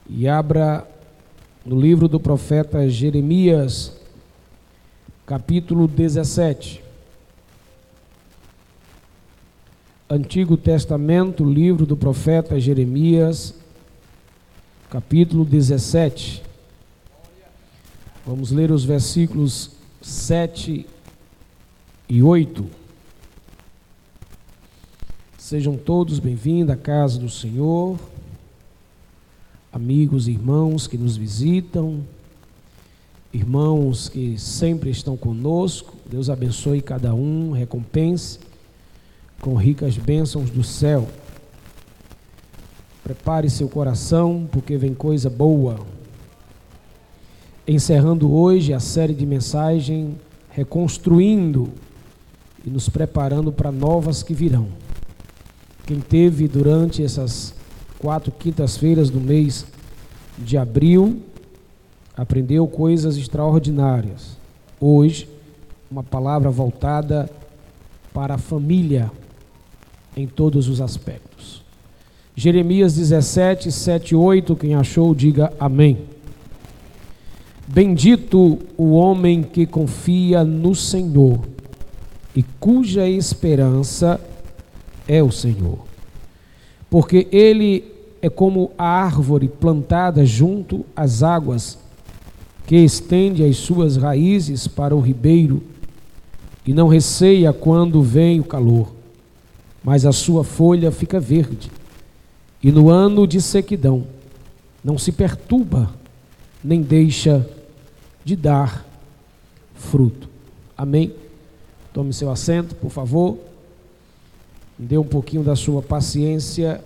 E abra no livro do profeta Jeremias, capítulo 17. Antigo Testamento, livro do profeta Jeremias, capítulo 17. Vamos ler os versículos 7 e 8. Sejam todos bem-vindos à casa do Senhor, amigos e irmãos que nos visitam, irmãos que sempre estão conosco. Deus abençoe cada um, recompense com ricas bênçãos do céu. Prepare seu coração, porque vem coisa boa. Encerrando hoje a série de mensagem, reconstruindo e nos preparando para novas que virão. Quem teve durante essas 4 quintas-feiras do mês de abril, aprendeu coisas extraordinárias. Hoje, uma palavra voltada para a família em todos os aspectos. Jeremias 17, 7 e 8, quem achou, diga amém. Bendito o homem que confia no Senhor e cuja esperança é o Senhor, porque ele é como a árvore plantada junto às águas, que estende as suas raízes para o ribeiro e não receia quando vem o calor, mas a sua folha fica verde, e no ano de sequidão não se perturba, nem deixa de dar fruto. Amém? Tome seu assento, por favor. Me dê um pouquinho da sua paciência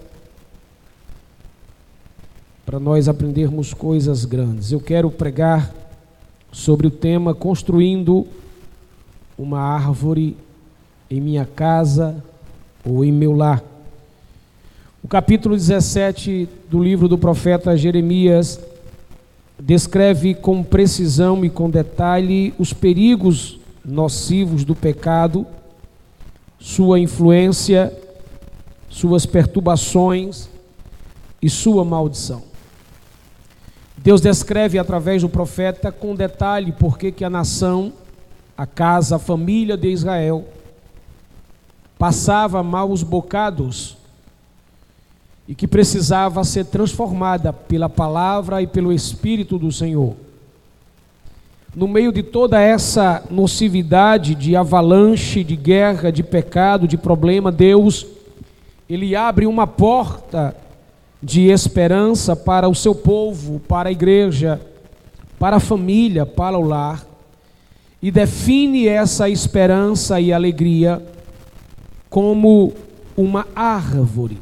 para nós aprendermos coisas grandes. Eu quero pregar sobre o tema construindo uma árvore em minha casa ou em meu lar. O capítulo 17 do livro do profeta Jeremias descreve com precisão e com detalhe os perigos nocivos do pecado, sua influência, suas perturbações e sua maldição. Deus descreve através do profeta com detalhe por que a nação, a casa, a família de Israel passava maus bocados e que precisava ser transformada pela palavra e pelo Espírito do Senhor. No meio de toda essa nocividade de avalanche, de guerra, de pecado, de problema, Deus, Ele abre uma porta de esperança para o seu povo, para a igreja, para a família, para o lar, e define essa esperança e alegria como uma árvore.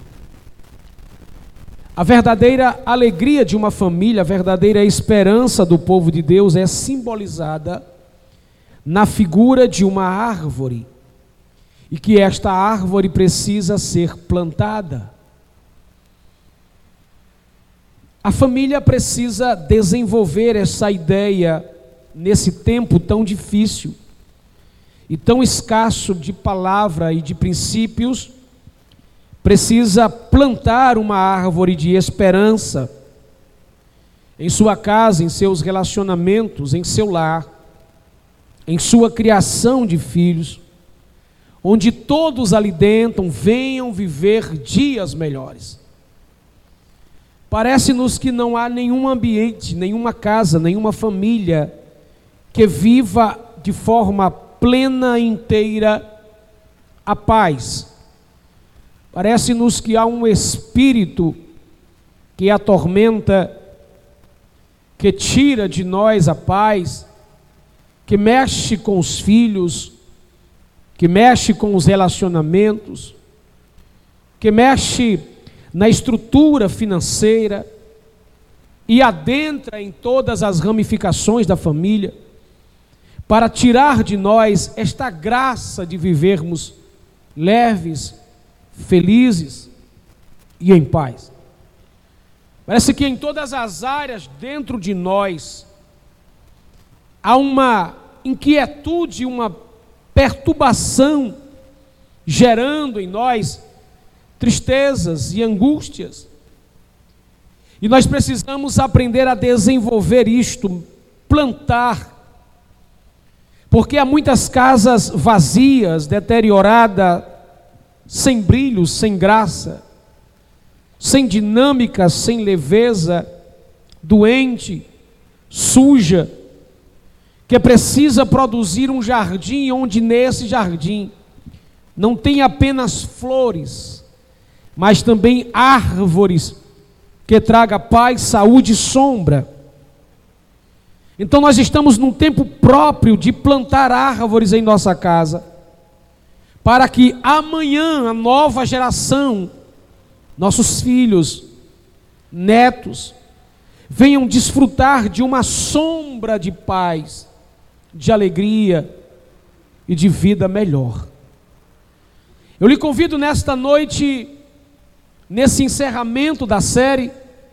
A verdadeira alegria de uma família, a verdadeira esperança do povo de Deus é simbolizada na figura de uma árvore, e que esta árvore precisa ser plantada. A família precisa desenvolver essa ideia nesse tempo tão difícil e tão escasso de palavra e de princípios. Precisa plantar uma árvore de esperança em sua casa, em seus relacionamentos, em seu lar, em sua criação de filhos, onde todos ali dentro venham viver dias melhores. Parece-nos que não há nenhum ambiente, nenhuma casa, nenhuma família que viva de forma plena e inteira a paz. Parece-nos que há um espírito que atormenta, que tira de nós a paz, que mexe com os filhos, que mexe com os relacionamentos, que mexe na estrutura financeira e adentra em todas as ramificações da família, para tirar de nós esta graça de vivermos leves, felizes e em paz. Parece que em todas as áreas dentro de nós há uma inquietude, uma perturbação, gerando em nós tristezas e angústias. E nós precisamos aprender a desenvolver isto, plantar. Porque há muitas casas vazias, deterioradas, sem brilho, sem graça, sem dinâmica, sem leveza, doente, suja, que precisa produzir um jardim onde nesse jardim não tem apenas flores, mas também árvores que traga paz, saúde e sombra. Então nós estamos num tempo próprio de plantar árvores em nossa casa, para que amanhã a nova geração, nossos filhos, netos, venham desfrutar de uma sombra de paz, de alegria e de vida melhor. Eu lhe convido nesta noite, nesse encerramento da série,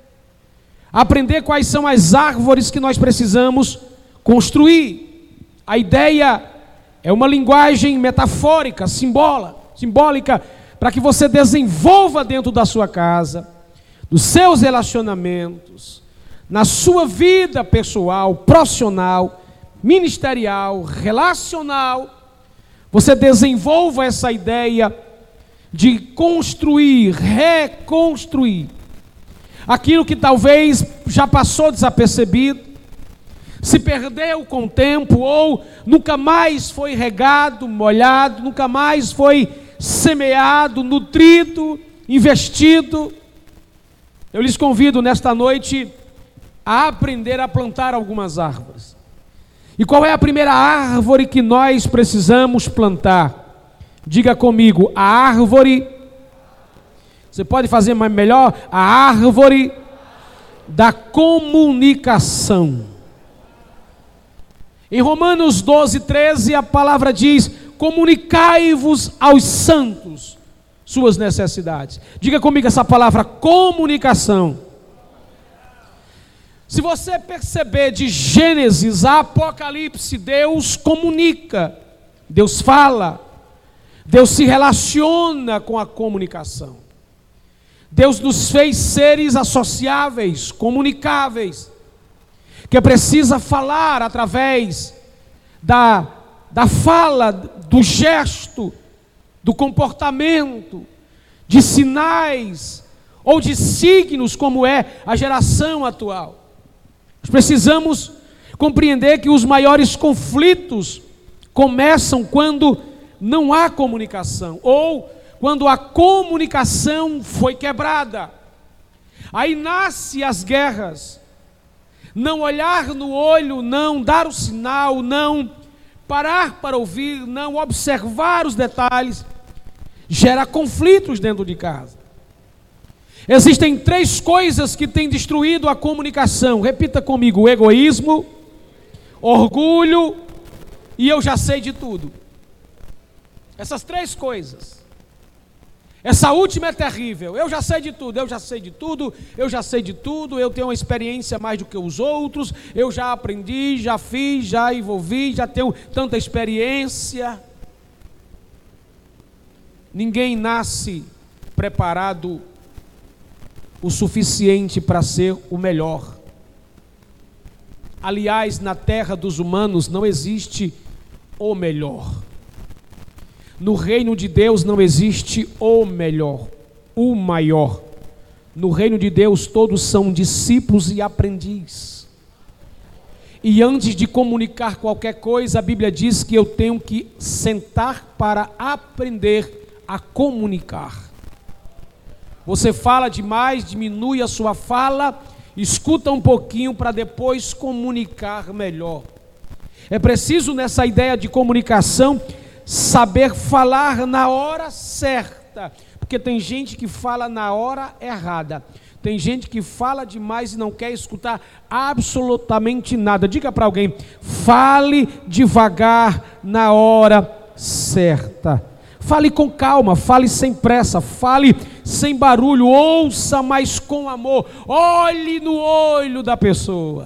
a aprender quais são as árvores que nós precisamos construir. A ideia é uma linguagem metafórica, simbólica, para que você desenvolva dentro da sua casa, dos seus relacionamentos, na sua vida pessoal, profissional, ministerial, relacional, você desenvolva essa ideia de construir, reconstruir aquilo que talvez já passou desapercebido, se perdeu com o tempo, ou nunca mais foi regado, molhado, nunca mais foi semeado, nutrido, investido. Eu lhes convido nesta noite a aprender a plantar algumas árvores. E qual é a primeira árvore que nós precisamos plantar? Diga comigo, a árvore, você pode fazer mais melhor? A árvore da comunicação. Em Romanos 12:13 a palavra diz: comunicai-vos aos santos suas necessidades. Diga comigo essa palavra, comunicação. Se você perceber de Gênesis a Apocalipse, Deus comunica, Deus fala, Deus se relaciona com a comunicação. Deus nos fez seres associáveis, comunicáveis, que precisa falar através da fala, do gesto, do comportamento, de sinais ou de signos, como é a geração atual. Nós precisamos compreender que os maiores conflitos começam quando não há comunicação, ou quando a comunicação foi quebrada. Aí nascem as guerras. Não olhar no olho, não dar o sinal, não parar para ouvir, não observar os detalhes, gera conflitos dentro de casa. Existem 3 coisas que têm destruído a comunicação. Repita comigo: egoísmo, orgulho e eu já sei de tudo. Essas 3 coisas. Essa última é terrível. Eu já sei de tudo, eu já sei de tudo, eu já sei de tudo, eu tenho uma experiência mais do que os outros, eu já aprendi, já fiz, já envolvi, já tenho tanta experiência. Ninguém nasce preparado o suficiente para ser o melhor. Aliás, na terra dos humanos não existe o melhor. No reino de Deus não existe o melhor, o maior. No reino de Deus todos são discípulos e aprendizes. E antes de comunicar qualquer coisa, a Bíblia diz que eu tenho que sentar para aprender a comunicar. Você fala demais, diminui a sua fala, escuta um pouquinho para depois comunicar melhor. É preciso, nessa ideia de comunicação, saber falar na hora certa, porque tem gente que fala na hora errada, tem gente que fala demais e não quer escutar absolutamente nada. Diga para alguém: fale devagar na hora certa. Fale com calma, fale sem pressa, fale sem barulho, ouça, mas com amor. Olhe no olho da pessoa.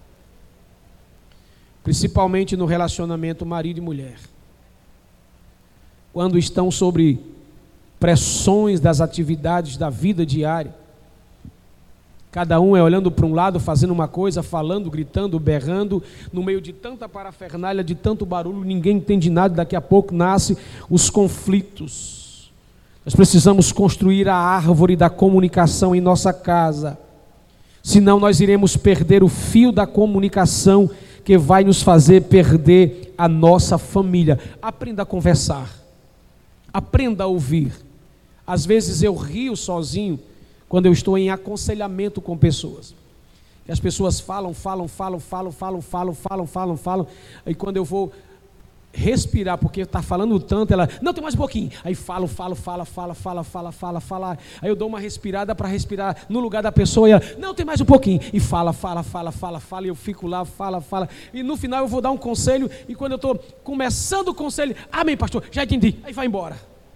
Principalmente no relacionamento marido e mulher. Quando estão sob pressões das atividades da vida diária, Cada um é olhando para um lado, fazendo uma coisa, falando, gritando, berrando, no meio de tanta parafernália, de tanto barulho, ninguém entende nada, daqui a pouco nascem os conflitos. Nós precisamos construir a árvore da comunicação em nossa casa, senão nós iremos perder o fio da comunicação que vai nos fazer perder a nossa família. Aprenda a conversar, aprenda a ouvir. Às vezes eu rio sozinho, quando eu estou em aconselhamento com pessoas, e as pessoas falam, e quando eu vou respirar, porque está falando tanto, ela, não, tem mais um pouquinho, aí fala, aí eu dou uma respirada para respirar no lugar da pessoa, e ela, não, tem mais um pouquinho, e fala, e eu fico lá, e no final eu vou dar um conselho, e quando eu estou começando o conselho, amém pastor, já entendi, aí vai embora.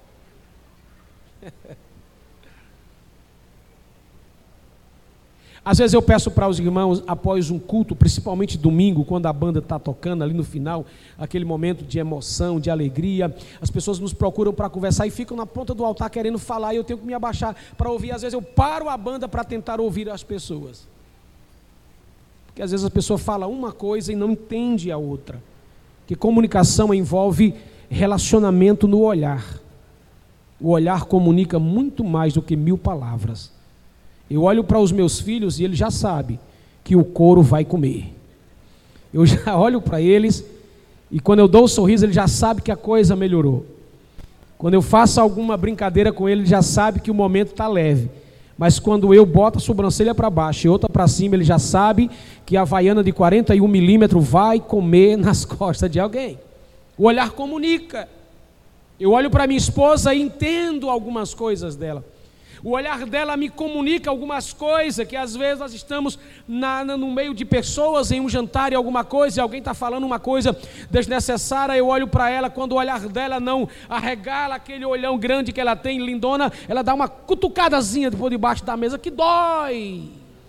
Às vezes eu peço para os irmãos, após um culto, principalmente domingo, quando a banda está tocando ali no final, aquele momento de emoção, de alegria, as pessoas nos procuram para conversar e ficam na ponta do altar querendo falar, e eu tenho que me abaixar para ouvir. Às vezes eu paro a banda para tentar ouvir as pessoas, porque às vezes a pessoa fala uma coisa e não entende a outra, que comunicação envolve relacionamento no olhar. O olhar comunica muito mais do que 1000 palavras. Eu olho para os meus filhos e eles já sabem que o couro vai comer. Eu já olho para eles e quando eu dou um sorriso, eles já sabem que a coisa melhorou. Quando eu faço alguma brincadeira com eles, já sabem que o momento está leve. Mas quando eu boto a sobrancelha para baixo e outra para cima, ele já sabe que a havaiana de 41 milímetros vai comer nas costas de alguém. O olhar comunica. Eu olho para minha esposa e entendo algumas coisas dela. O olhar dela me comunica algumas coisas, que às vezes nós estamos no meio de pessoas, em um jantar e alguma coisa, e alguém está falando uma coisa desnecessária, eu olho para ela, quando o olhar dela não arregala aquele olhão grande que ela tem, lindona, ela dá uma cutucadazinha por debaixo da mesa, que dói.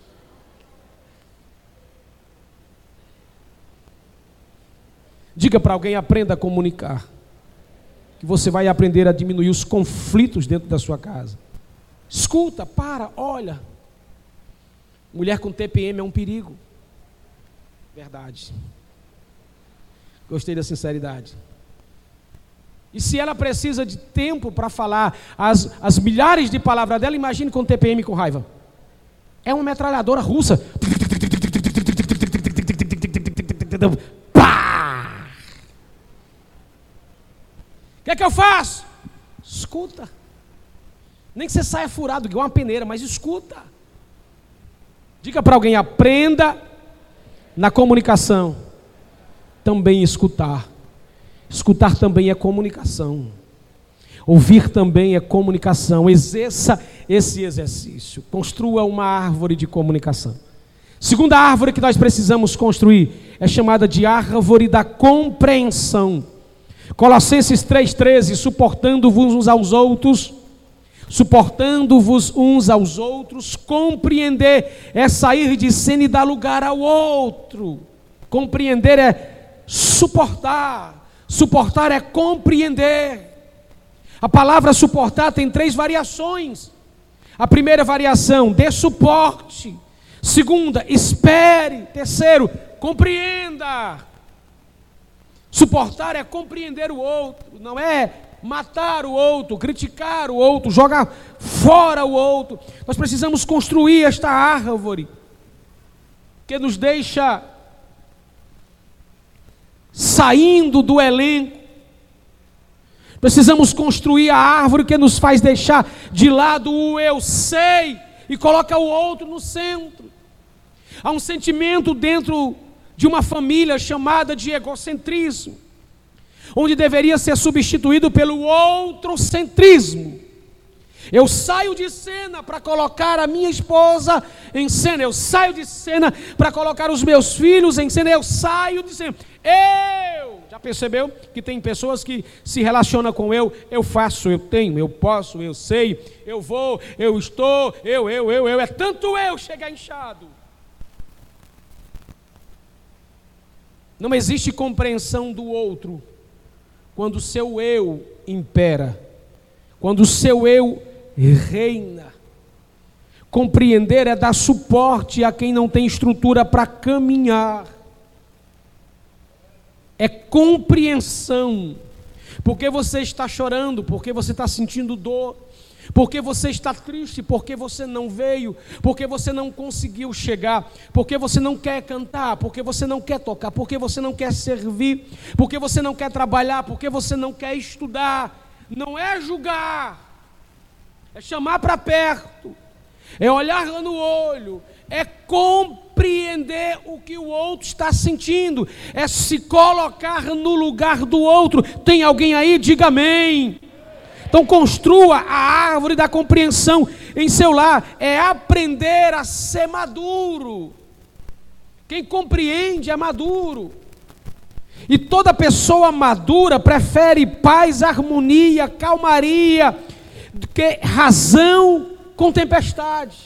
Diga para alguém, aprenda a comunicar, que você vai aprender a diminuir os conflitos dentro da sua casa. Escuta, para, olha. Mulher com TPM é um perigo. Verdade. Gostei da sinceridade. E se ela precisa de tempo para falar as milhares de palavras dela, imagine com TPM com raiva. É uma metralhadora russa. Pá! O que é que eu faço? Escuta. Nem que você saia furado igual uma peneira, mas escuta. Diga para alguém, aprenda na comunicação também escutar. Escutar também é comunicação. Ouvir também é comunicação. Exerça esse exercício. Construa uma árvore de comunicação. Segunda árvore que nós precisamos construir é chamada de árvore da compreensão. Colossenses 3,13, suportando-vos uns aos outros, compreender é sair de cena e dar lugar ao outro. Compreender é suportar, suportar é compreender. A palavra suportar tem 3 variações. A primeira variação, dê suporte. Segunda, espere. Terceiro, compreenda. Suportar é compreender o outro, não é matar o outro, criticar o outro, jogar fora o outro. Nós precisamos construir esta árvore que nos deixa saindo do elenco. Precisamos construir a árvore que nos faz deixar de lado o eu sei e coloca o outro no centro. Há um sentimento dentro de uma família chamada de egocentrismo, onde deveria ser substituído pelo outrocentrismo. Eu saio de cena para colocar a minha esposa em cena, eu saio de cena para colocar os meus filhos em cena, eu saio de cena. Já percebeu que tem pessoas que se relacionam com eu faço, eu tenho, eu posso, eu sei, eu vou, eu estou, é tanto eu chegar inchado. Não existe compreensão do outro quando o seu eu impera, quando o seu eu reina. Compreender é dar suporte a quem não tem estrutura para caminhar. É compreensão. Porque você está chorando, porque você está sentindo dor, porque você está triste, porque você não veio, porque você não conseguiu chegar, porque você não quer cantar, porque você não quer tocar, porque você não quer servir, porque você não quer trabalhar, porque você não quer estudar. Não é julgar, é chamar para perto, é olhar no olho, é compreender o que o outro está sentindo, é se colocar no lugar do outro. Tem alguém aí? Diga amém. Então construa a árvore da compreensão em seu lar, é aprender a ser maduro. Quem compreende é maduro. E toda pessoa madura prefere paz, harmonia, calmaria, do que razão com tempestade.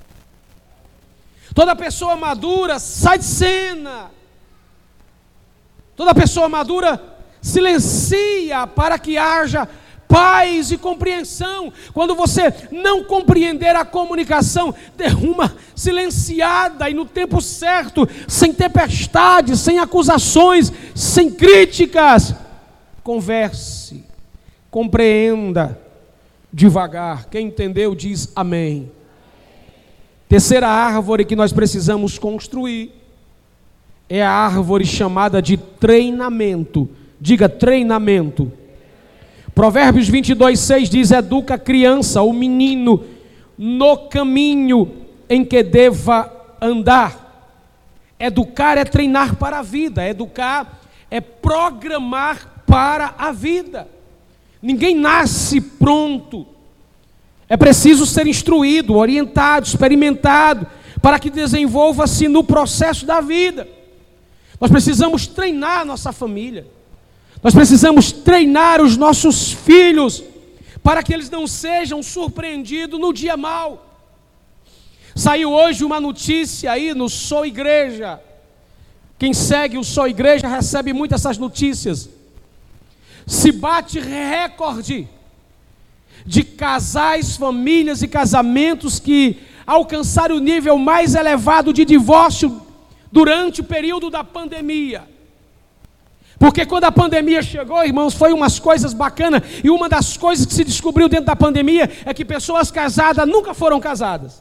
Toda pessoa madura sai de cena. Toda pessoa madura silencia para que haja paz e compreensão. Quando você não compreender a comunicação, dê uma silenciada e no tempo certo, sem tempestade, sem acusações, sem críticas. Converse, compreenda devagar. Quem entendeu diz amém. Terceira árvore que nós precisamos construir é a árvore chamada de treinamento. Diga treinamento. Provérbios 22:6 diz: educa a criança, o menino, no caminho em que deva andar. Educar é treinar para a vida. Educar é programar para a vida. Ninguém nasce pronto. É preciso ser instruído, orientado, experimentado, para que desenvolva-se no processo da vida. Nós precisamos treinar a nossa família. Nós precisamos treinar os nossos filhos, para que eles não sejam surpreendidos no dia mau. Saiu hoje uma notícia aí no Sou Igreja. Quem segue o Sou Igreja recebe muito essas notícias. Se bate recorde de casais, famílias e casamentos que alcançaram o nível mais elevado de divórcio durante o período da pandemia. Porque quando a pandemia chegou, irmãos, foi umas coisas bacanas. E uma das coisas que se descobriu dentro da pandemia é que pessoas casadas nunca foram casadas.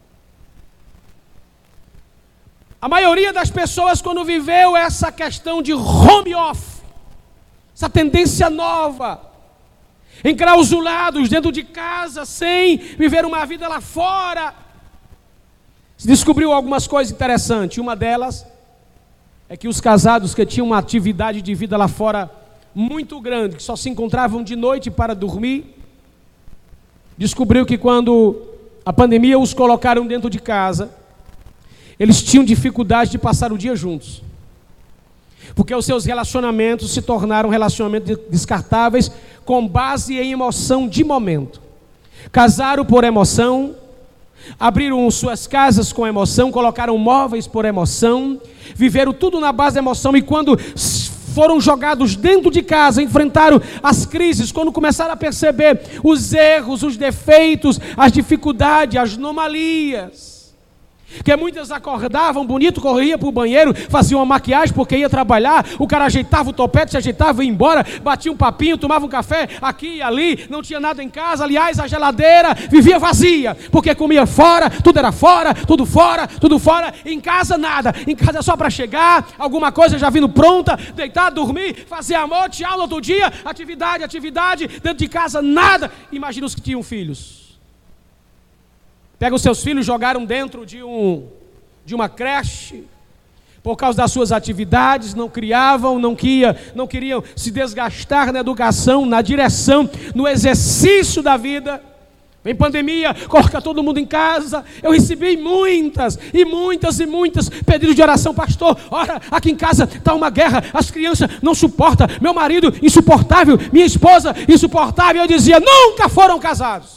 A maioria das pessoas, quando viveu essa questão de home office, essa tendência nova, enclausulados dentro de casa, sem viver uma vida lá fora, se descobriu algumas coisas interessantes. Uma delas é que os casados que tinham uma atividade de vida lá fora muito grande, que só se encontravam de noite para dormir, descobriu que quando a pandemia os colocaram dentro de casa, eles tinham dificuldade de passar o dia juntos. Porque os seus relacionamentos se tornaram relacionamentos descartáveis com base em emoção de momento. Casaram por emoção, abriram suas casas com emoção, colocaram móveis por emoção, viveram tudo na base da emoção, e quando foram jogados dentro de casa, enfrentaram as crises, quando começaram a perceber os erros, os defeitos, as dificuldades, as anomalias, que muitas acordavam bonito, corria para o banheiro, faziam uma maquiagem porque ia trabalhar, o cara ajeitava o topete, se ajeitava e ia embora, batia um papinho, tomava um café aqui e ali, não tinha nada em casa. Aliás, a geladeira vivia vazia, porque comia fora, tudo era fora, tudo fora, em casa nada, em casa só para chegar, alguma coisa já vindo pronta, deitar, dormir, fazer amor, tinha aula todo dia, atividade, dentro de casa nada. Imagina os que tinham filhos. Pega os seus filhos, jogaram dentro de uma creche, por causa das suas atividades, não criavam, não queriam se desgastar na educação, na direção, no exercício da vida. Vem pandemia, coloca todo mundo em casa. Eu recebi muitas pedidos de oração. Pastor, ora, aqui em casa está uma guerra, as crianças não suportam, meu marido insuportável, minha esposa insuportável. Eu dizia, nunca foram casados.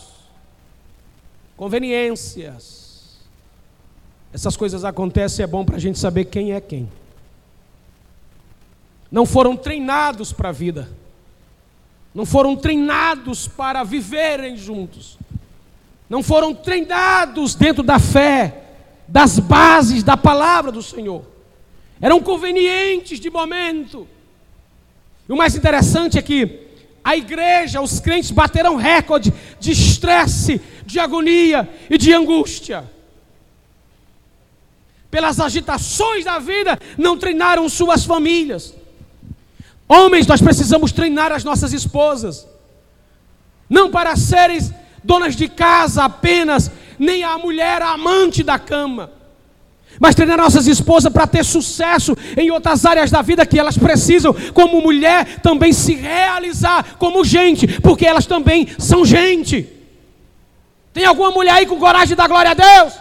Conveniências. Essas coisas acontecem, é bom para a gente saber quem é quem. Não foram treinados para a vida. Não foram treinados para viverem juntos. não foram treinados dentro da fé, das bases da palavra do Senhor. Eram convenientes de momento. E o mais interessante é que a igreja, os crentes bateram recorde de estresse, de agonia e de angústia. Pelas agitações da vida, não treinaram suas famílias. Homens, nós precisamos treinar as nossas esposas. Não para serem donas de casa apenas, nem a mulher a amante da cama, mas treinar nossas esposas para ter sucesso em outras áreas da vida que elas precisam, como mulher, também se realizar como gente, porque elas também são gente. Tem alguma mulher aí com coragem de dar glória a Deus?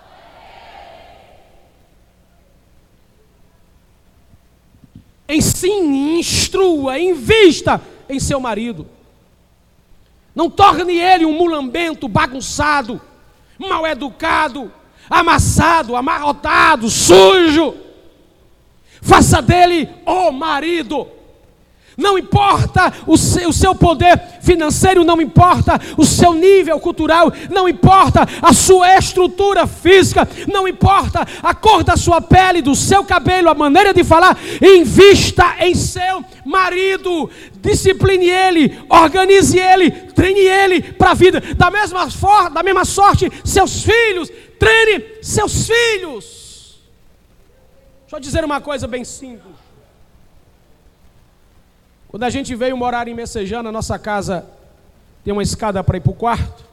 Ensine, instrua, invista em seu marido. Não torne ele um mulambento, bagunçado, mal educado, amassado, amarrotado, sujo. Faça dele o marido. Não importa o seu poder financeiro, não importa o seu nível cultural, não importa a sua estrutura física, não importa a cor da sua pele, do seu cabelo, a maneira de falar. Invista em seu marido, discipline ele, organize ele, treine ele para a vida. Da mesma sorte, seus filhos, treine seus filhos. Deixa eu dizer uma coisa bem simples. Quando a gente veio morar em Messejana, a nossa casa tem uma escada para ir para o quarto.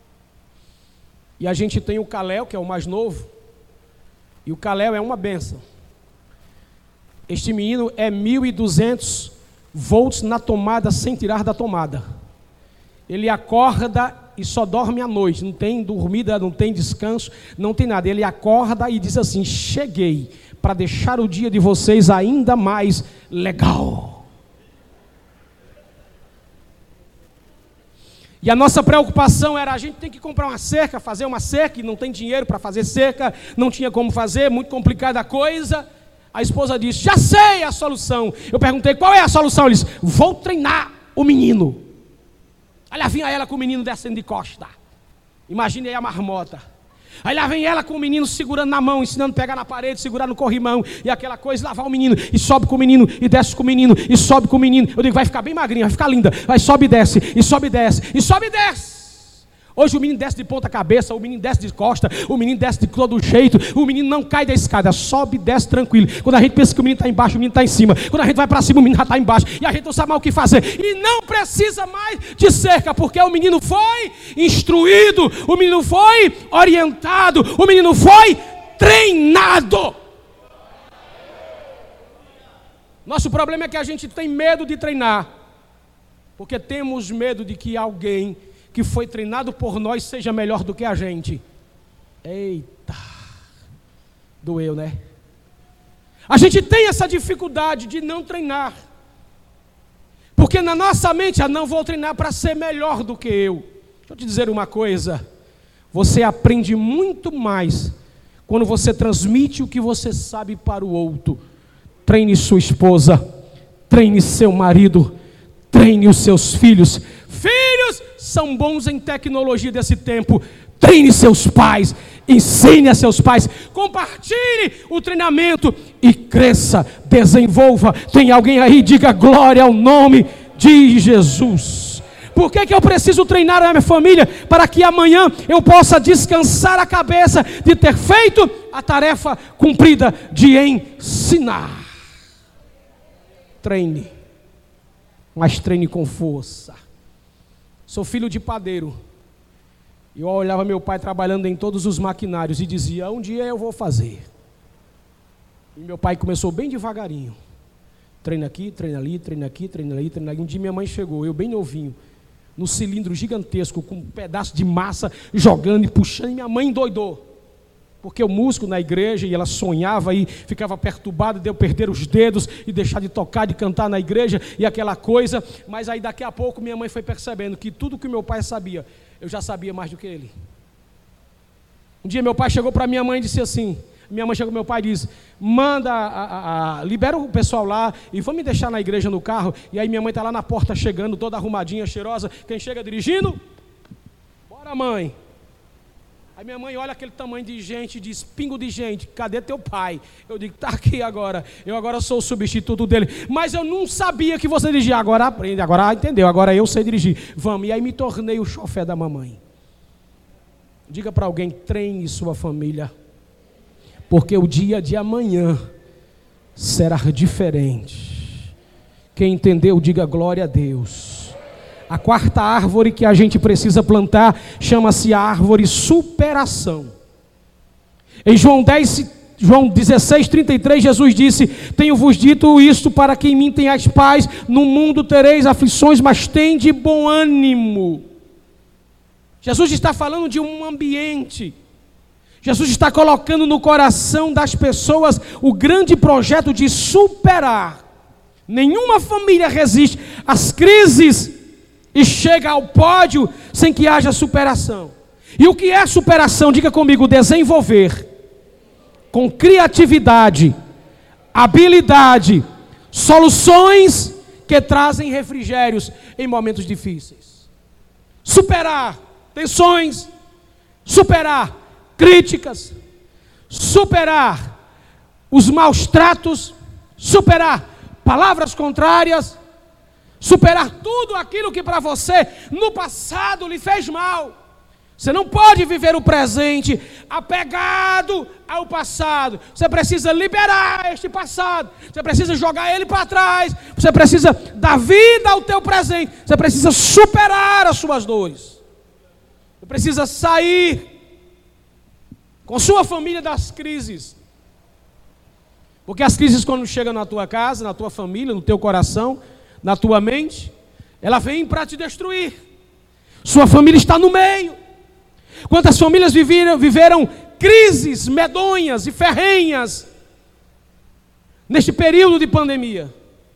E a gente tem o Caléu, que é o mais novo. E o Caléu é uma bênção. Este menino é 1.200 volts na tomada, sem tirar da tomada. Ele acorda e só dorme à noite. Não tem dormida, não tem descanso, não tem nada. Ele acorda e diz assim: cheguei para deixar o dia de vocês ainda mais legal. E a nossa preocupação era: a gente tem que comprar uma cerca, fazer uma cerca, e não tem dinheiro para fazer cerca, não tinha como fazer, muito complicada a coisa. A esposa disse: já sei a solução. Eu perguntei: qual é a solução? Ele disse: vou treinar o menino. Aí lá vinha ela com o menino descendo de costa. Imagine aí a marmota. Aí lá vem ela com o menino segurando na mão, ensinando a pegar na parede, segurar no corrimão, e aquela coisa, lavar o menino, e sobe com o menino, e desce com o menino, e sobe com o menino. Eu digo: vai ficar bem magrinha, vai ficar linda. Vai, sobe e desce, e sobe e desce, e sobe e desce. Hoje o menino desce de ponta cabeça, o menino desce de costa, o menino desce de todo jeito, o menino não cai da escada, sobe e desce tranquilo. Quando a gente pensa que o menino está embaixo, o menino está em cima. Quando a gente vai para cima, o menino já está embaixo, e a gente não sabe mais o que fazer. E não precisa mais de cerca, porque o menino foi instruído, o menino foi orientado, o menino foi treinado. Nosso problema é que a gente tem medo de treinar, porque temos medo de que alguém que foi treinado por nós seja melhor do que a gente. Eita, doeu, né? A gente tem essa dificuldade de não treinar, porque na nossa mente: não vou treinar para ser melhor do que eu. Deixa eu te dizer uma coisa: você aprende muito mais quando você transmite o que você sabe para o outro. Treine sua esposa, treine seu marido, treine os seus filhos. Filhos são bons em tecnologia desse tempo. Treine seus pais, ensine a seus pais, compartilhe o treinamento e cresça, desenvolva. Tem alguém aí? Diga glória ao nome de Jesus. Por que eu preciso treinar a minha família? Para que amanhã eu possa descansar a cabeça de ter feito a tarefa cumprida de ensinar. Treine, mas treine com força. Sou filho de padeiro. Eu olhava meu pai trabalhando em todos os maquinários e dizia: um dia eu vou fazer. E meu pai começou bem devagarinho. Treina aqui, treina ali, treina aqui, treina ali, treina ali. Um dia minha mãe chegou, eu bem novinho, no cilindro gigantesco, com um pedaço de massa, jogando e puxando, e minha mãe endoidou. Porque o músico na igreja, e ela sonhava e ficava perturbada de eu perder os dedos e deixar de tocar, de cantar na igreja e aquela coisa. Mas aí daqui a pouco minha mãe foi percebendo que tudo que meu pai sabia, eu já sabia mais do que ele. Um dia meu pai chegou para minha mãe e disse assim, minha mãe chegou para meu pai e disse: libera o pessoal lá e vamos me deixar na igreja no carro. E aí minha mãe está lá na porta chegando, toda arrumadinha, cheirosa. Quem chega dirigindo? Bora, mãe. Aí minha mãe olha aquele tamanho de gente, diz, pingo de gente, cadê teu pai? Eu digo, está aqui agora, eu agora sou o substituto dele. Mas eu não sabia que você dirigia, agora aprende, agora entendeu, agora eu sei dirigir. Vamos, e aí me tornei o chofé da mamãe. Diga para alguém, treine sua família, porque o dia de amanhã será diferente. Quem entendeu, diga glória a Deus. A quarta árvore que a gente precisa plantar chama-se árvore superação. Em João 16:33, Jesus disse, tenho-vos dito isto para que em mim tenhais paz, no mundo tereis aflições, mas tende bom ânimo. Jesus está falando de um ambiente. Jesus está colocando no coração das pessoas o grande projeto de superar. Nenhuma família resiste às crises e chega ao pódio sem que haja superação. E o que é superação? Diga comigo, desenvolver com criatividade, habilidade, soluções que trazem refrigérios em momentos difíceis. Superar tensões, superar críticas, superar os maus tratos, superar palavras contrárias, superar tudo aquilo que para você no passado lhe fez mal. Você não pode viver o presente apegado ao passado. Você precisa liberar este passado. Você precisa jogar ele para trás. Você precisa dar vida ao teu presente. Você precisa superar as suas dores. Você precisa sair com sua família das crises. Porque as crises, quando chegam na tua casa, na tua família, no teu coração, na tua mente, ela vem para te destruir. Sua família está no meio. Quantas famílias viveram crises medonhas e ferrenhas neste período de pandemia?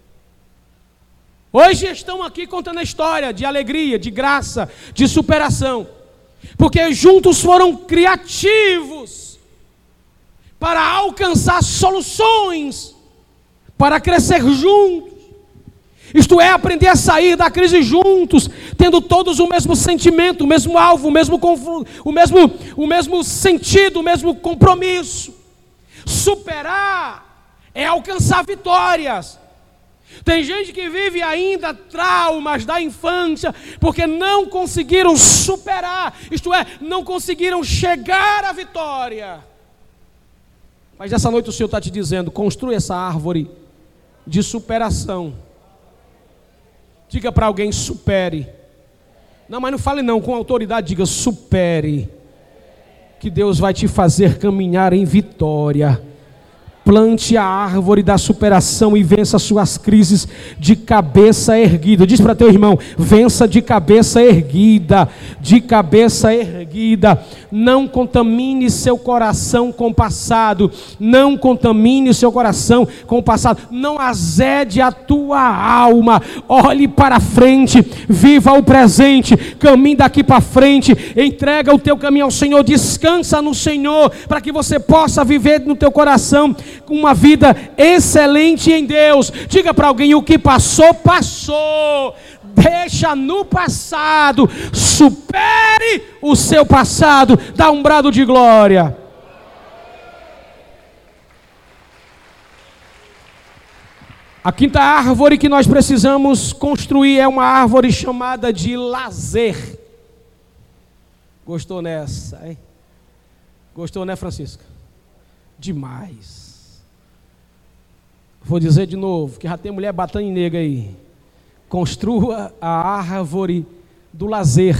Hoje estão aqui contando a história de alegria, de graça, de superação, porque juntos foram criativos para alcançar soluções, para crescer juntos. Isto é, aprender a sair da crise juntos, tendo todos o mesmo sentimento, o mesmo alvo, o mesmo sentido, o mesmo compromisso. Superar é alcançar vitórias. Tem gente que vive ainda traumas da infância, porque não conseguiram superar, isto é, não conseguiram chegar à vitória. Mas essa noite o Senhor está te dizendo, construa essa árvore de superação. Diga para alguém, supere. Não, mas não fale não, com autoridade, diga, supere. Que Deus vai te fazer caminhar em vitória. Plante a árvore da superação e vença suas crises de cabeça erguida. Diz para teu irmão, vença de cabeça erguida. De cabeça erguida. Não contamine seu coração com o passado. Não contamine seu coração com o passado. Não azede a tua alma. Olhe para frente. Viva o presente. Caminhe daqui para frente. Entrega o teu caminho ao Senhor. Descansa no Senhor. Para que você possa viver no teu coração com uma vida excelente em Deus. Diga para alguém, o que passou, passou. Deixa no passado. Supere o seu passado. Dá um brado de glória. A quinta árvore que nós precisamos construir é uma árvore chamada de lazer. Gostou nessa, hein? Gostou, né, Francisca? Demais. Vou dizer de novo, que já tem mulher batendo em nega aí. Construa a árvore do lazer.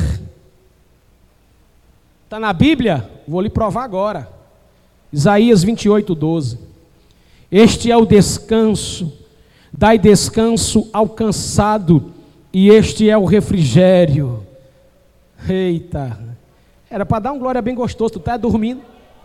Está na Bíblia? Vou lhe provar agora. Isaías 28:12. Este é o descanso, dai descanso ao cansado, e este é o refrigério. Eita, era para dar um glória bem gostoso, tu está dormindo?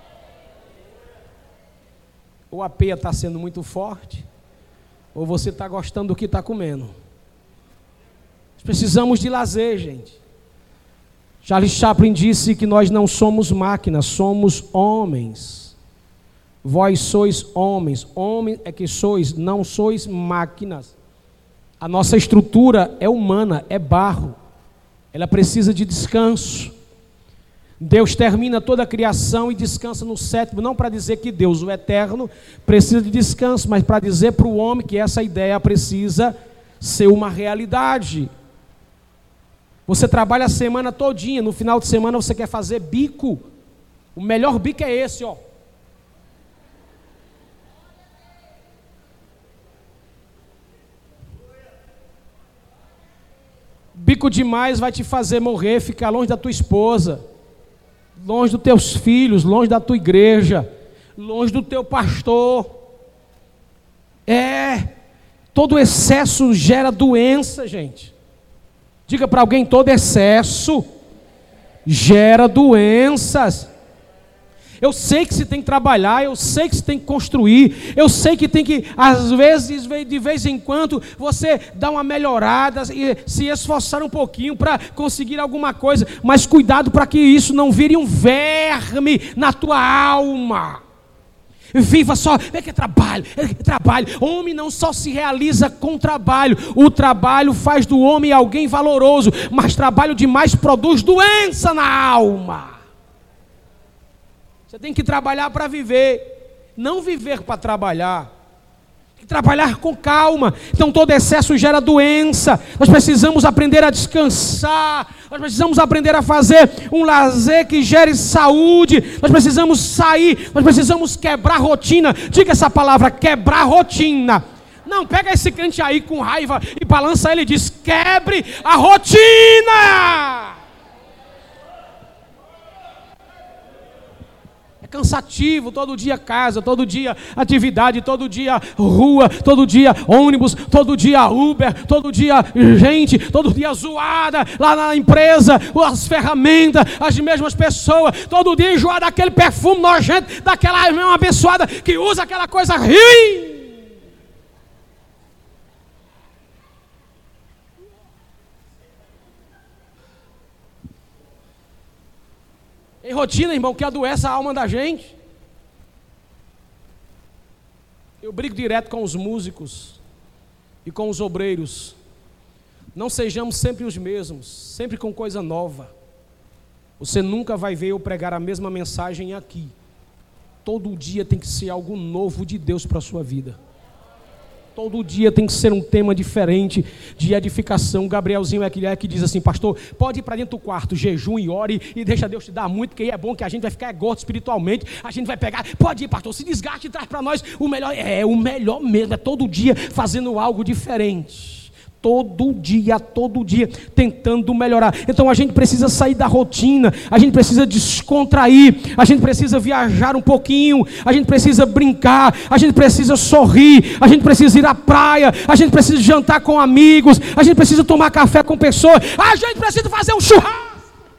Ou a peia está sendo muito forte, ou você está gostando do que está comendo. Precisamos de lazer, gente. Charles Chaplin disse que nós não somos máquinas, somos homens. Vós sois homens, homem é que sois, não sois máquinas. A nossa estrutura é humana, é barro. Ela precisa de descanso. Deus termina toda a criação e descansa no sétimo, não para dizer que Deus, o eterno, precisa de descanso, mas para dizer para o homem que essa ideia precisa ser uma realidade. Você trabalha a semana todinha, no final de semana você quer fazer bico. O melhor bico é esse, ó. Bico demais vai te fazer morrer, ficar longe da tua esposa, longe dos teus filhos, longe da tua igreja, longe do teu pastor. Todo excesso gera doença, gente. Diga para alguém: todo excesso gera doenças. Eu sei que você tem que trabalhar, eu sei que você tem que construir, eu sei que tem que, às vezes, de vez em quando, você dar uma melhorada e se esforçar um pouquinho para conseguir alguma coisa, mas cuidado para que isso não vire um verme na tua alma. Viva só, é que é trabalho. Homem não só se realiza com trabalho, o trabalho faz do homem alguém valoroso, mas trabalho demais produz doença na alma. Você tem que trabalhar para viver, não viver para trabalhar. Tem que trabalhar com calma. Então todo excesso gera doença. Nós precisamos aprender a descansar. Nós precisamos aprender a fazer um lazer que gere saúde. Nós precisamos sair. Nós precisamos quebrar rotina. Diga essa palavra: quebrar rotina. Não, pega esse crente aí com raiva e balança ele e diz: quebre a rotina. Cansativo, todo dia casa, todo dia atividade, todo dia rua, todo dia ônibus, todo dia Uber, todo dia gente, todo dia zoada lá na empresa, as ferramentas, as mesmas pessoas, todo dia enjoada daquele perfume nojento, daquela mesma abençoada que usa aquela coisa ruim. Em rotina, irmão, que adoece a alma da gente. Eu brigo direto com os músicos e com os obreiros. Não sejamos sempre os mesmos, sempre com coisa nova. Você nunca vai ver eu pregar a mesma mensagem aqui. Todo dia tem que ser algo novo de Deus para a sua vida. Todo dia tem que ser um tema diferente de edificação. Gabrielzinho é aquele que diz assim: pastor, pode ir para dentro do quarto, jejum e ore e deixa Deus te dar muito, que aí é bom que a gente vai ficar gordo espiritualmente, a gente vai pegar, pode ir, pastor, se desgaste e traz para nós o melhor. O melhor mesmo, é todo dia fazendo algo diferente. Todo dia, tentando melhorar. Então a gente precisa sair da rotina, a gente precisa descontrair, a gente precisa viajar um pouquinho, a gente precisa brincar, a gente precisa sorrir, a gente precisa ir à praia, a gente precisa jantar com amigos, a gente precisa tomar café com pessoas, a gente precisa fazer um churrasco.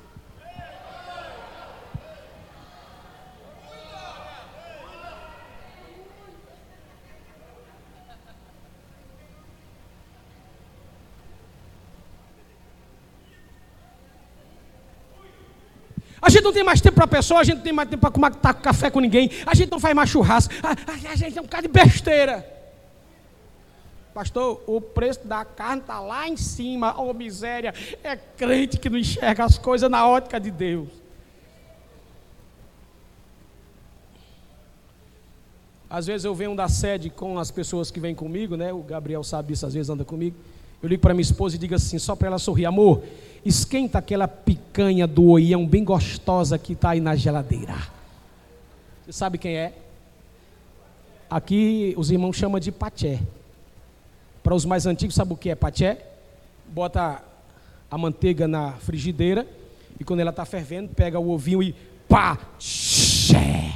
A gente não tem mais tempo para a pessoa, a gente não tem mais tempo para tomar café com ninguém, a gente não faz mais churrasco, a gente é um cara de besteira. Pastor, o preço da carne está lá em cima, oh miséria, é crente que não enxerga as coisas na ótica de Deus. Às vezes eu venho da sede com as pessoas que vêm comigo, né? O Gabriel sabe disso, às vezes anda comigo. Eu ligo para minha esposa e digo assim, só para ela sorrir: amor, esquenta aquela picanha do oião bem gostosa que está aí na geladeira. Você sabe quem é? Aqui os irmãos chamam de paché. Para os mais antigos, sabe o que é paché? Bota a manteiga na frigideira e quando ela está fervendo, pega o ovinho e paché.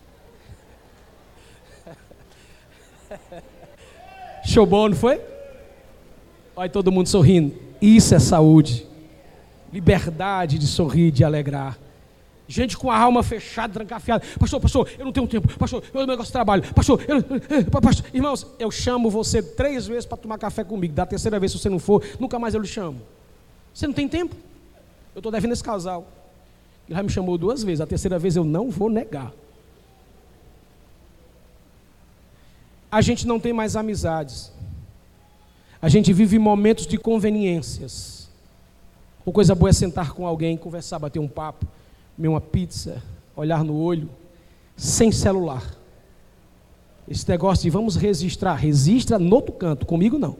Show bom, não foi? Olha todo mundo sorrindo. Isso é saúde. Liberdade de sorrir, de alegrar. Gente com a alma fechada, trancafiada: pastor, eu não tenho tempo. Pastor, eu negócio de trabalho. Pastor, irmãos, eu chamo você 3 vezes para tomar café comigo. Da terceira vez, se você não for, nunca mais eu lhe chamo. Você não tem tempo? Eu estou devendo esse casal. Ele já me chamou 2 vezes. A terceira vez eu não vou negar. A gente não tem mais amizades. A gente vive momentos de conveniências. Uma coisa boa é sentar com alguém, conversar, bater um papo, comer uma pizza, olhar no olho, sem celular. Esse negócio de vamos registrar, registra no outro canto, comigo não.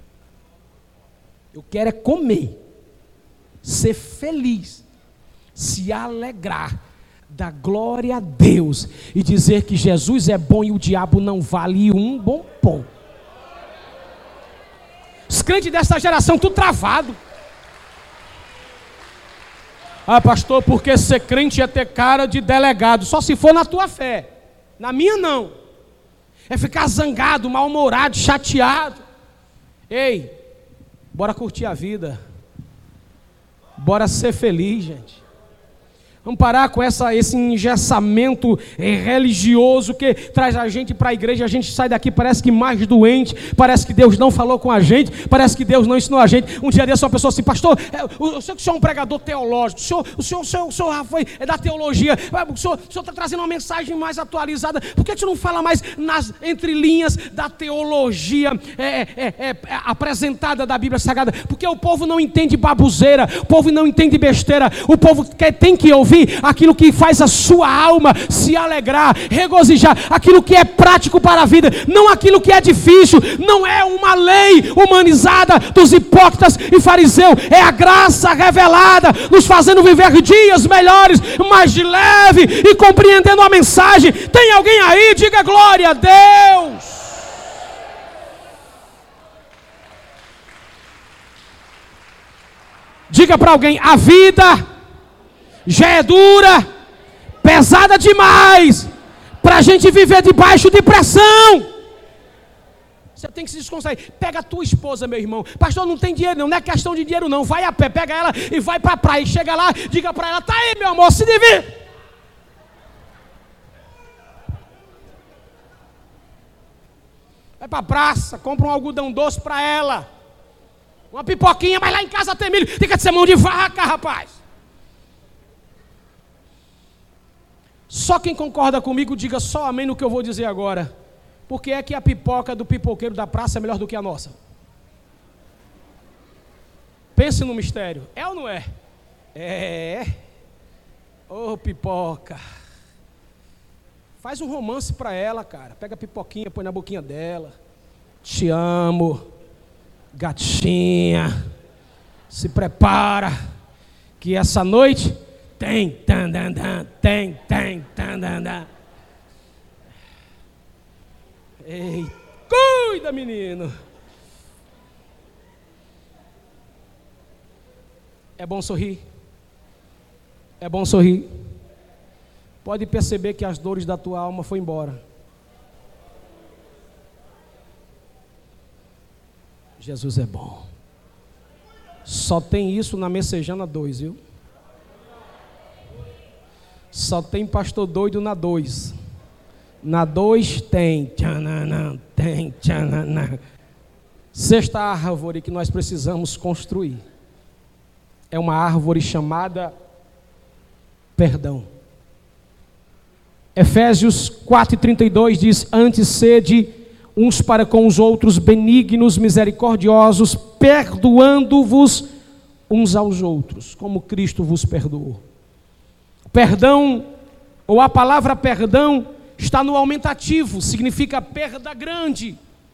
Eu quero é comer, ser feliz, se alegrar, dar glória a Deus e dizer que Jesus é bom e o diabo não vale um bombom. Os crentes dessa geração, tudo travado. Ah, pastor, porque ser crente é ter cara de delegado, só se for na tua fé, na minha não. É ficar zangado, mal-humorado, chateado. Ei, bora curtir a vida, bora ser feliz, gente. Vamos parar com esse engessamento religioso que traz a gente para a igreja. A gente sai daqui, parece que mais doente, parece que Deus não falou com a gente, parece que Deus não ensinou a gente. Um dia desse uma pessoa assim, pastor, eu sei que o senhor é um pregador teológico, o senhor foi da teologia, o senhor está trazendo uma mensagem mais atualizada, por que o senhor não fala mais nas entrelinhas da teologia apresentada da Bíblia Sagrada? Porque o povo não entende babuzeira, o povo não entende besteira, o povo tem que ouvir aquilo que faz a sua alma se alegrar, regozijar, aquilo que é prático para a vida, não aquilo que é difícil. Não é uma lei humanizada dos hipócritas e fariseus, é a graça revelada, nos fazendo viver dias melhores, mais de leve e compreendendo a mensagem. Tem alguém aí? Diga glória a Deus. Diga para alguém, a vida já é dura, pesada demais, para a gente viver debaixo de pressão. Você tem que se desconstruir. Pega a tua esposa, meu irmão. Pastor, não tem dinheiro não é questão de dinheiro não. Vai a pé, pega ela e vai para a praia. Chega lá, diga para ela, tá aí meu amor, se divirta. Vai para a praça, compra um algodão doce para ela, uma pipoquinha, mas lá em casa tem milho. Fica de ser mão de vaca, rapaz. Só quem concorda comigo, diga só amém no que eu vou dizer agora. Por que é que a pipoca do pipoqueiro da praça é melhor do que a nossa? Pense no mistério. É ou não é? É. Ô, pipoca. Faz um romance para ela, cara. Pega a pipoquinha, põe na boquinha dela. Te amo, gatinha. Se prepara, que essa noite tem, tan. Ei, cuida, menino. É bom sorrir. É bom sorrir. Pode perceber que as dores da tua alma foram embora. Jesus é bom. Só tem isso na Messejana 2, viu? Só tem pastor doido na 2. Na 2 tem tchananã, tem tchananã. Sexta árvore que nós precisamos construir é uma árvore chamada perdão. Efésios 4:32 diz: antes sede uns para com os outros benignos, misericordiosos, perdoando-vos uns aos outros, como Cristo vos perdoou. Perdão, ou a palavra perdão, está no aumentativo, significa perda grande,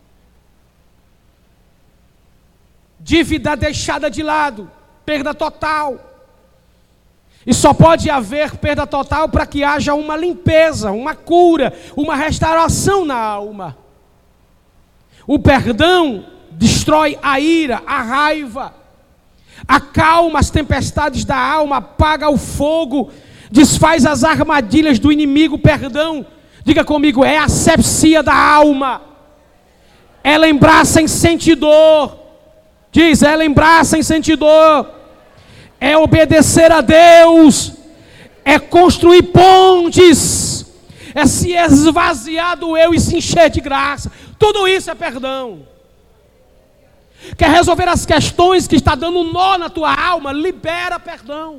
dívida deixada de lado, perda total. E só pode haver perda total para que haja uma limpeza, uma cura, uma restauração na alma. O perdão destrói a ira, a raiva, acalma as tempestades da alma, apaga o fogo, desfaz as armadilhas do inimigo. Perdão, diga comigo, é asepsia da alma, é lembrar sem sentir dor. Diz, é lembrar sem sentir dor, é obedecer a Deus, é construir pontes, é se esvaziar do eu e se encher de graça. Tudo isso é perdão. Quer resolver as questões que está dando um nó na tua alma? Libera perdão.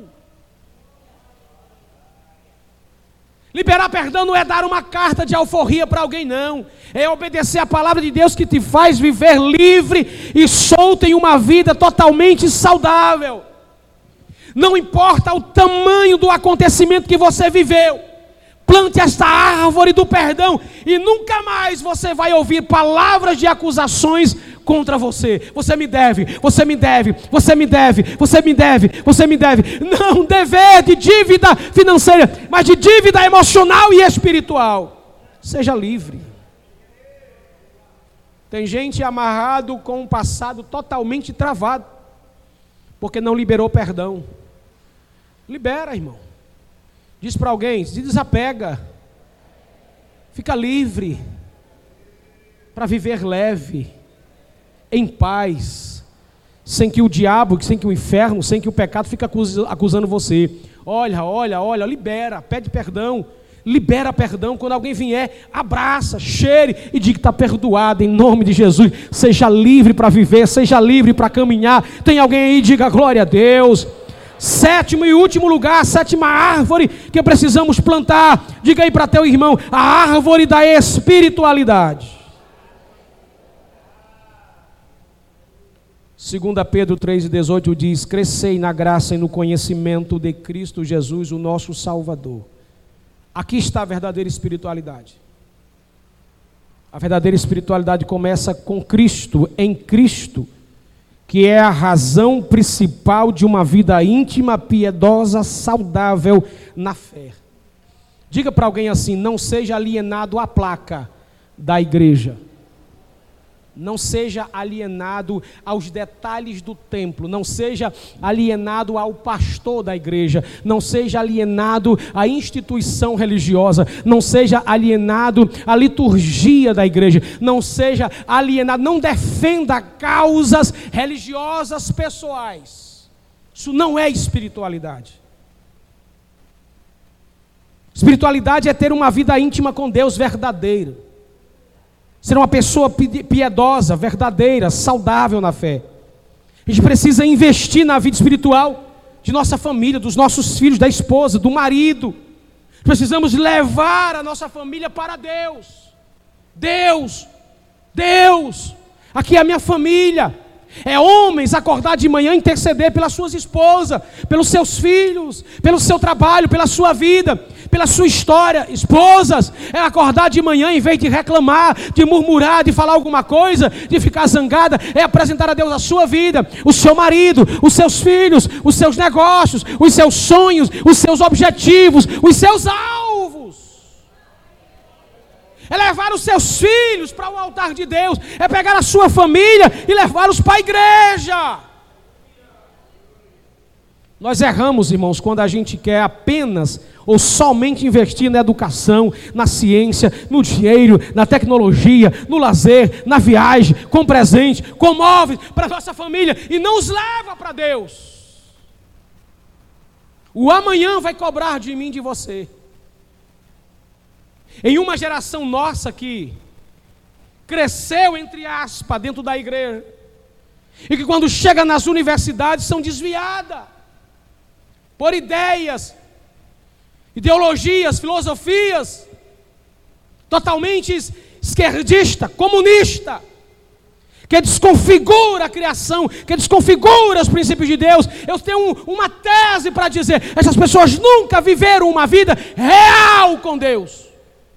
Liberar perdão não é dar uma carta de alforria para alguém, não. É obedecer a palavra de Deus que te faz viver livre e solto em uma vida totalmente saudável. Não importa o tamanho do acontecimento que você viveu, plante esta árvore do perdão e nunca mais você vai ouvir palavras de acusações contra você. Você me deve, você me deve, você me deve, você me deve, você me deve. Não dever de dívida financeira, mas de dívida emocional e espiritual. Seja livre. Tem gente amarrado com um passado totalmente travado, porque não liberou perdão. Libera, irmão. Diz para alguém, se desapega. Fica livre. Para viver leve, em paz, sem que o diabo, sem que o inferno, sem que o pecado fique acusando você. Olha, libera, pede perdão. Libera perdão, quando alguém vier, abraça, cheire e diga que está perdoado em nome de Jesus. Seja livre para viver, seja livre para caminhar. Tem alguém aí, diga glória a Deus. Sétimo e último lugar, a sétima árvore que precisamos plantar. Diga aí para teu irmão, a árvore da espiritualidade. 2 Pedro 3,18 diz: crescei na graça e no conhecimento de Cristo Jesus, o nosso Salvador. Aqui está a verdadeira espiritualidade. A verdadeira espiritualidade começa com Cristo, em Cristo, que é a razão principal de uma vida íntima, piedosa, saudável na fé. Diga para alguém assim: não seja alienado à placa da igreja. Não seja alienado aos detalhes do templo, não seja alienado ao pastor da igreja, não seja alienado à instituição religiosa, não seja alienado à liturgia da igreja, não seja alienado, não defenda causas religiosas pessoais. Isso não é espiritualidade. Espiritualidade é ter uma vida íntima com Deus verdadeira. Ser uma pessoa piedosa, verdadeira, saudável na fé. A gente precisa investir na vida espiritual de nossa família, dos nossos filhos, da esposa, do marido. Precisamos levar a nossa família para Deus. Deus, aqui é a minha família. É homens acordar de manhã e interceder pelas suas esposas, pelos seus filhos, pelo seu trabalho, pela sua vida, pela sua história. Esposas, é acordar de manhã em vez de reclamar, de murmurar, de falar alguma coisa, de ficar zangada, é apresentar a Deus a sua vida, o seu marido, os seus filhos, os seus negócios, os seus sonhos, os seus objetivos, os seus alvos. É levar os seus filhos para o altar de Deus, é pegar a sua família e levá-los para a igreja. Nós erramos, irmãos, quando a gente quer apenas ou somente investir na educação, na ciência, no dinheiro, na tecnologia, no lazer, na viagem, com presente, com móveis para a nossa família e não os leva para Deus. O amanhã vai cobrar de mim e de você. Em uma geração nossa que cresceu, entre aspas, dentro da igreja, e que quando chega nas universidades são desviadas por ideias, ideologias, filosofias totalmente esquerdista, comunista, que desconfigura a criação, que desconfigura os princípios de Deus. Eu tenho uma tese para dizer: essas pessoas nunca viveram uma vida real com Deus.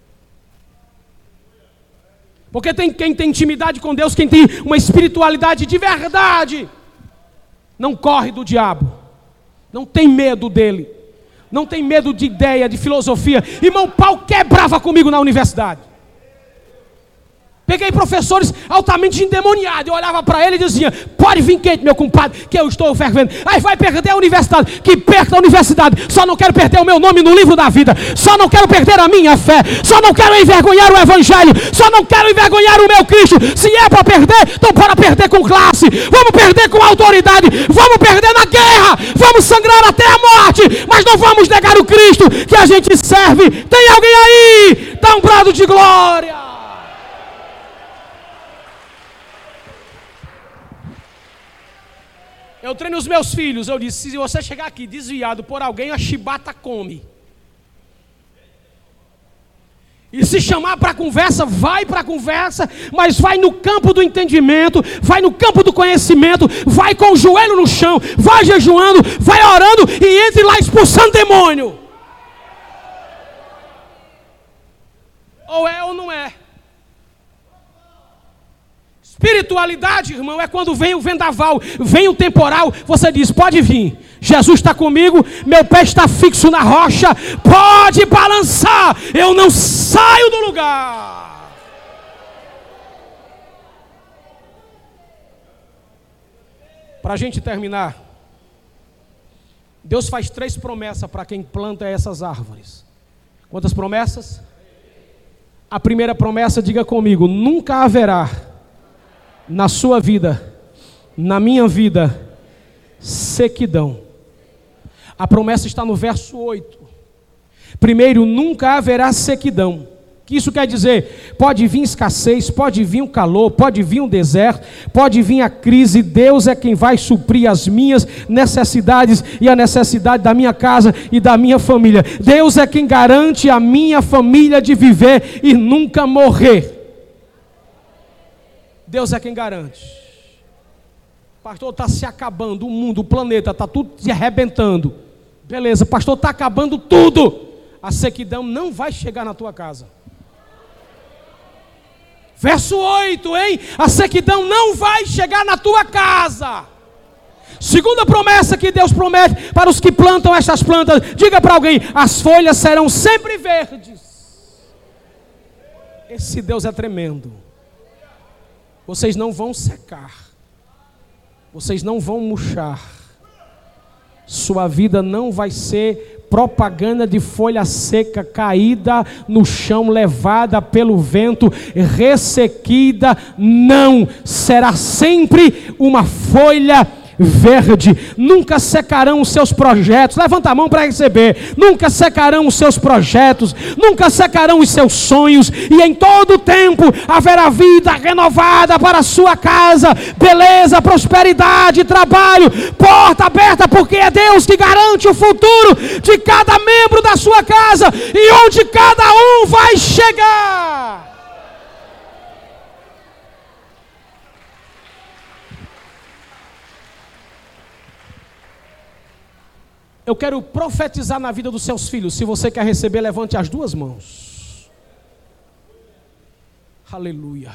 Porque quem tem intimidade com Deus, quem tem uma espiritualidade de verdade, não corre do diabo, não tem medo dele, não tem medo de ideia, de filosofia. Irmão, pau quebrava comigo na universidade. Peguei professores altamente endemoniados, eu olhava para ele e dizia: pode vir quente, meu compadre, que eu estou fervendo. Aí vai perder a universidade, que perca a universidade. Só não quero perder o meu nome no livro da vida, só não quero perder a minha fé, só não quero envergonhar o evangelho, só não quero envergonhar o meu Cristo. Se é para perder, então bora perder com classe, vamos perder com autoridade, vamos perder na guerra, vamos sangrar até a morte, mas não vamos negar o Cristo que a gente serve. Tem alguém aí? Dá um brado de glória. Eu treino os meus filhos, eu disse: se você chegar aqui desviado por alguém, a chibata come. E se chamar para conversa, vai para a conversa, mas vai no campo do entendimento, vai no campo do conhecimento, vai com o joelho no chão, vai jejuando, vai orando e entre lá expulsando demônio. Ou é ou não é? Espiritualidade, irmão, é quando vem o vendaval, vem o temporal, você diz, pode vir, Jesus está comigo, meu pé está fixo na rocha, pode balançar, eu não saio do lugar. Para a gente terminar, Deus faz 3 promessas para quem planta essas árvores. Quantas promessas? A primeira promessa, diga comigo, nunca haverá na sua vida, na minha vida, sequidão. A promessa está no verso 8. Primeiro, nunca haverá sequidão. O que isso quer dizer? Pode vir escassez, pode vir um calor, pode vir um deserto, pode vir a crise. Deus é quem vai suprir as minhas necessidades e a necessidade da minha casa e da minha família. Deus é quem garante a minha família de viver e nunca morrer. Deus é quem garante. Pastor, está se acabando o mundo, o planeta, está tudo se arrebentando. Beleza, pastor, está acabando tudo. A sequidão não vai chegar na tua casa. Verso 8, hein? A sequidão não vai chegar na tua casa. Segunda promessa que Deus promete para os que plantam estas plantas. Diga para alguém, as folhas serão sempre verdes. Esse Deus é tremendo. Vocês não vão secar, vocês não vão murchar, sua vida não vai ser propaganda de folha seca, caída no chão, levada pelo vento, ressequida, não, será sempre uma folha verde. Nunca secarão os seus projetos. Levanta a mão para receber. Nunca secarão os seus projetos, nunca secarão os seus sonhos, e em todo tempo haverá vida renovada para a sua casa, beleza, prosperidade, trabalho, porta aberta, porque é Deus que garante o futuro de cada membro da sua casa e onde cada um vai chegar. Eu quero profetizar na vida dos seus filhos. Se você quer receber, levante as 2 mãos. Aleluia.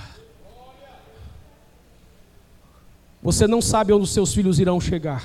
Você não sabe onde os seus filhos irão chegar,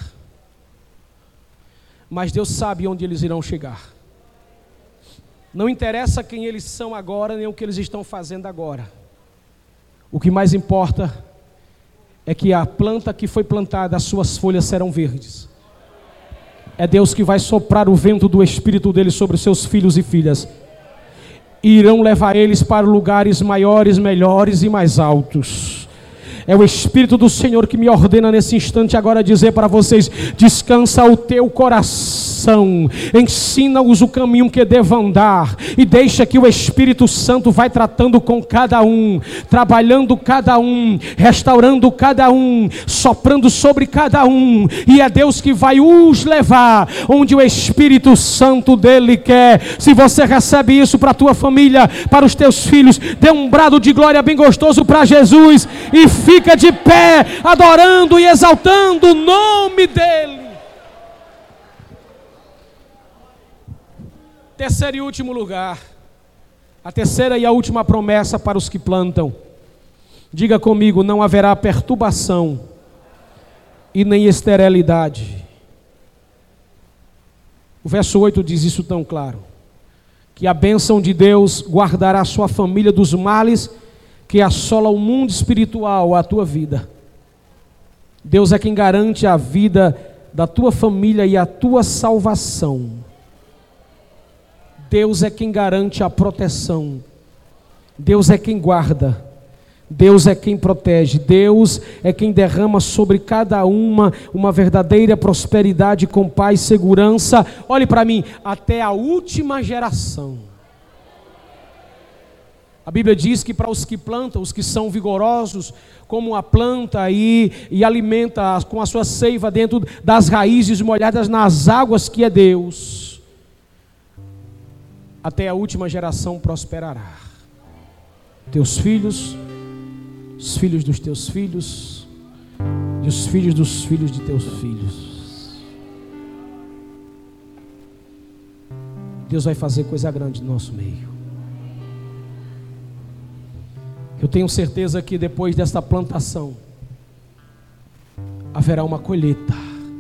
mas Deus sabe onde eles irão chegar. Não interessa quem eles são agora, nem o que eles estão fazendo agora. O que mais importa é que a planta que foi plantada, as suas folhas serão verdes. É Deus que vai soprar o vento do Espírito dele sobre os seus filhos e filhas. E irão levar eles para lugares maiores, melhores e mais altos. É o Espírito do Senhor que me ordena nesse instante agora dizer para vocês: descansa o teu coração, ensina-os o caminho que devam andar, e deixa que o Espírito Santo vai tratando com cada um, trabalhando cada um, restaurando cada um, soprando sobre cada um, e é Deus que vai os levar onde o Espírito Santo dele quer. Se você recebe isso para a tua família, para os teus filhos, dê um brado de glória bem gostoso para Jesus e fica de pé, adorando e exaltando o nome dele. Terceiro e último lugar, a terceira e a última promessa para os que plantam. Diga comigo, não haverá perturbação e nem esterilidade. O verso 8 diz isso tão claro, que a bênção de Deus guardará a sua família dos males que assola o mundo espiritual, a tua vida. Deus é quem garante a vida da tua família e a tua salvação. Deus é quem garante a proteção. Deus é quem guarda. Deus é quem protege. Deus é quem derrama sobre cada uma verdadeira prosperidade com paz e segurança. Olhe para mim, até a última geração. A Bíblia diz que para os que plantam, os que são vigorosos, como a planta e alimenta com a sua seiva dentro das raízes molhadas nas águas que é Deus. até a última geração prosperará. Teus filhos, os filhos dos teus filhos, e os filhos dos filhos de teus filhos. Deus vai fazer coisa grande no nosso meio. Eu tenho certeza que depois desta plantação haverá uma colheita.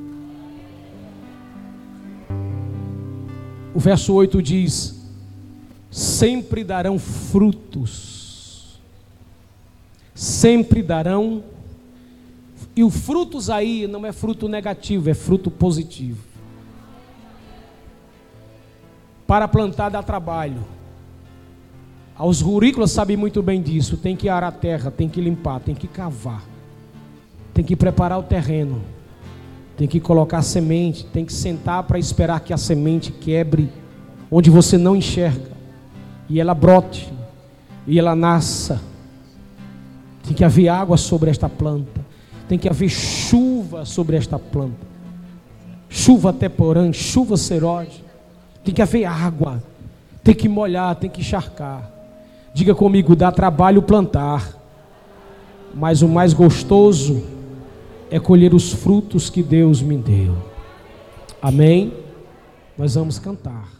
O verso 8 diz: sempre darão frutos. Sempre darão. E o frutos aí não é fruto negativo, é fruto positivo. Para plantar dá trabalho. Os rurícolas sabem muito bem disso. Tem que arar a terra, tem que limpar, tem que cavar, tem que preparar o terreno, tem que colocar semente, tem que sentar para esperar que a semente quebre onde você não enxerga, e ela brote, e ela nasça. Tem que haver água sobre esta planta, tem que haver chuva sobre esta planta, chuva temporã, chuva serode. Tem que haver água, tem que molhar, tem que encharcar. Diga comigo: dá trabalho plantar, mas o mais gostoso é colher os frutos que Deus me deu. Amém? Nós vamos cantar.